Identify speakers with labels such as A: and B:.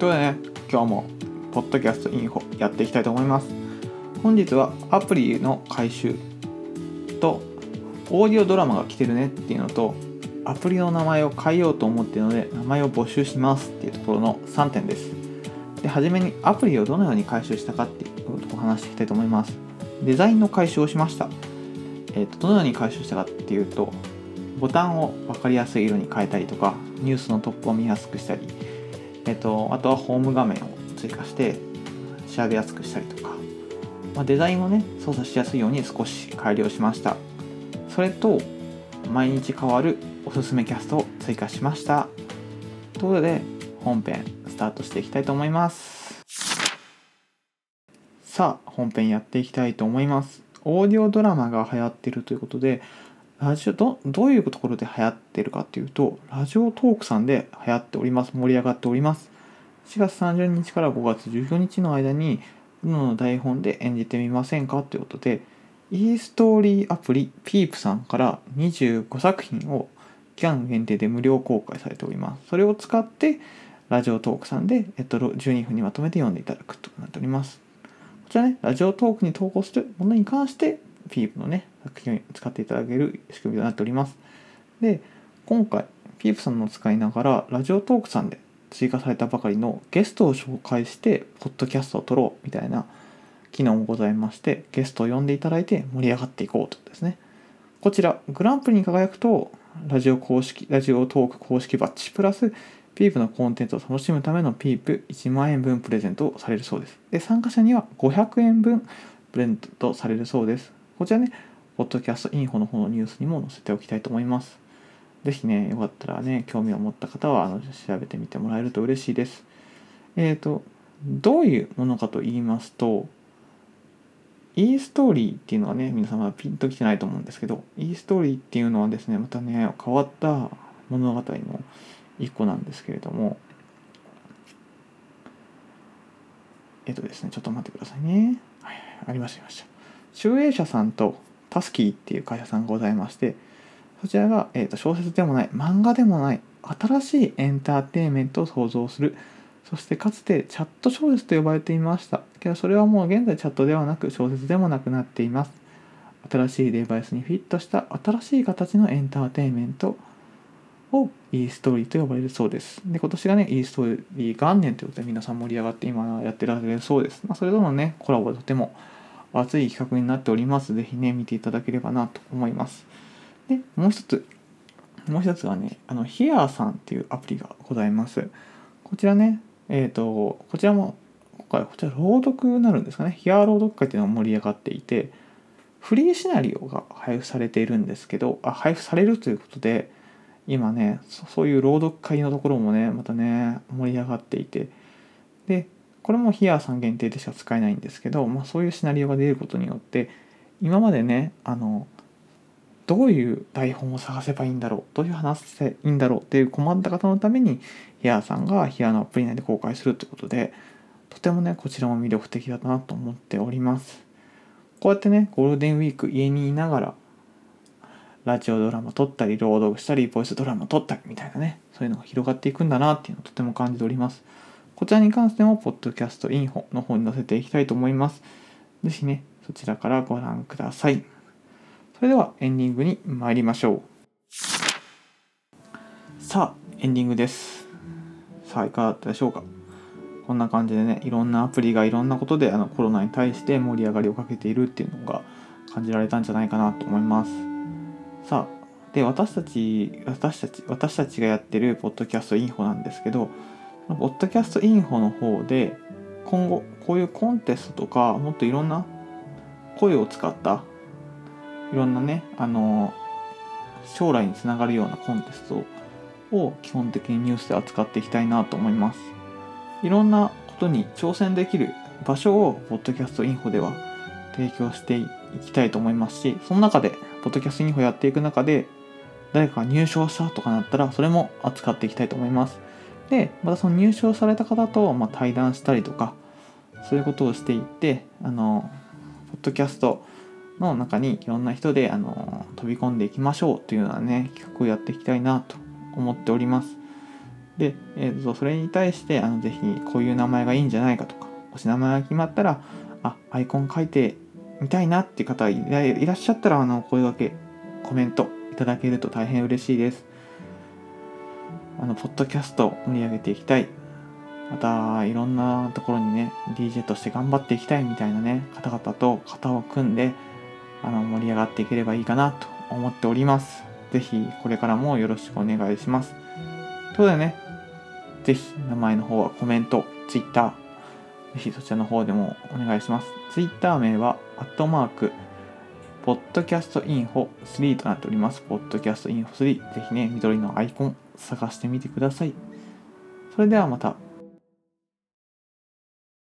A: ということでね、今日もポッドキャストインフォやっていきたいと思います。本日はアプリの改修とオーディオドラマが来てるねっていうのと、アプリの名前を変えようと思っているので名前を募集しますっていうところの3点です。で、はじめにアプリをどのように改修したかっていうことを話していきたいと思います。デザインの改修をしました。どのように改修したかっていうと、ボタンを分かりやすい色に変えたりとか、ニュースのトップを見やすくしたり、あとはホーム画面を追加して調べやすくしたりとか、デザインをね操作しやすいように少し改良しました。それと毎日変わるおすすめキャストを追加しました。ということで本編スタートしていきたいと思います。さあ本編やっていきたいと思います。オーディオドラマが流行っているということで、ラジオどういうところで流行っているかというと、ラジオトークさんで流行っております。盛り上がっております。4月30日から5月14日の間にどの台本で演じてみませんかということで、 e ストーリーアプリピープさんから25作品を期間限定で無料公開されております。それを使ってラジオトークさんで、12分にまとめて読んでいただくとなっております。こちらね、ラジオトークに投稿するものに関してピープのね作品を使っていただける仕組みとなっております。で、今回ピープさんの使いながらラジオトークさんで追加されたばかりのゲストを紹介してポッドキャストを撮ろうみたいな機能もございまして、ゲストを呼んでいただいて盛り上がっていこうということですね。こちらグランプリに輝くとラジオトーク公式バッジプラスピープのコンテンツを楽しむためのピープ1万円分プレゼントされるそうです。で、参加者には500円分プレゼントされるそうです。こちらね、ポッドキャストインフォの方のニュースにも載せておきたいと思います。ぜひね、よかったらね、興味を持った方は調べてみてもらえると嬉しいです。どういうものかと言いますと、e ストーリーっていうのはね、皆様ピンときてないと思うんですけど、e ストーリーっていうのはですね、またね、変わった物語の一個なんですけれども、ですね、ちょっと待ってくださいね。はい、ありました。集英社さんとタスキーっていう会社さんがございまして、そちらが、小説でもない、漫画でもない、新しいエンターテインメントを創造する。そしてかつてチャット小説と呼ばれていました。けどそれはもう現在チャットではなく小説でもなくなっています。新しいデバイスにフィットした新しい形のエンターテインメントを e ストーリーと呼ばれるそうです。で、今年がね、e ストーリー元年ということで皆さん盛り上がって今やってられるそうです。それとのね、コラボはとても熱い企画になっております。ぜひね、見ていただければなと思います。で、もう一つはね、ヒアーさんっていうアプリがございます。こちらね、こちらも、こちら朗読になるんですかね。ヒアー朗読会っていうのが盛り上がっていて、フリーシナリオが配布されているんですけど、配布されるということで、今ね、そういう朗読会のところもね、またね、盛り上がっていて、で、これもヒアーさん限定でしか使えないんですけど、そういうシナリオが出ることによって、今までね、どういう台本を探せばいいんだろう、どういう話せばいいんだろうっていう困った方のためにヒアさんがヒアのアプリ内で公開するということで、とてもねこちらも魅力的だなと思っております。こうやってねゴールデンウィーク家にいながらラジオドラマ撮ったり朗読したりボイスドラマ撮ったりみたいなね、そういうのが広がっていくんだなっていうのをとても感じております。こちらに関してもポッドキャストインフォの方に載せていきたいと思います。ぜひねそちらからご覧ください。それではエンディングに参りましょう。さあエンディングです。さあいかがだったでしょうか。こんな感じでね、いろんなアプリがいろんなことでコロナに対して盛り上がりをかけているっていうのが感じられたんじゃないかなと思います。さあで、私たちがやってるポッドキャストインフォなんですけど、ポッドキャストインフォの方で今後こういうコンテストとかもっといろんな声を使ったいろんなね将来につながるようなコンテストを基本的にニュースで扱っていきたいなと思います。いろんなことに挑戦できる場所をポッドキャストインフォでは提供していきたいと思いますし、その中でポッドキャストインフォやっていく中で誰かが入賞したとかなったらそれも扱っていきたいと思います。で、またその入賞された方と対談したりとかそういうことをしていってポッドキャストの中にいろんな人で飛び込んでいきましょうというようなね企画をやっていきたいなと思っております。 で、それに対してぜひこういう名前がいいんじゃないかとか、もし名前が決まったらアイコン書いてみたいなっていう方がいらっしゃったら声掛けコメントいただけると大変嬉しいです。ポッドキャスト盛り上げていきたい、またいろんなところにね DJ として頑張っていきたいみたいなね方々と肩を組んで盛り上がっていければいいかなと思っております。ぜひこれからもよろしくお願いします。ということでね、ぜひ名前の方はコメント、Twitter、ぜひそちらの方でもお願いします。Twitter 名は@podcastinfo3 となっております。podcastinfo3、ぜひね緑のアイコン探してみてください。それではまた。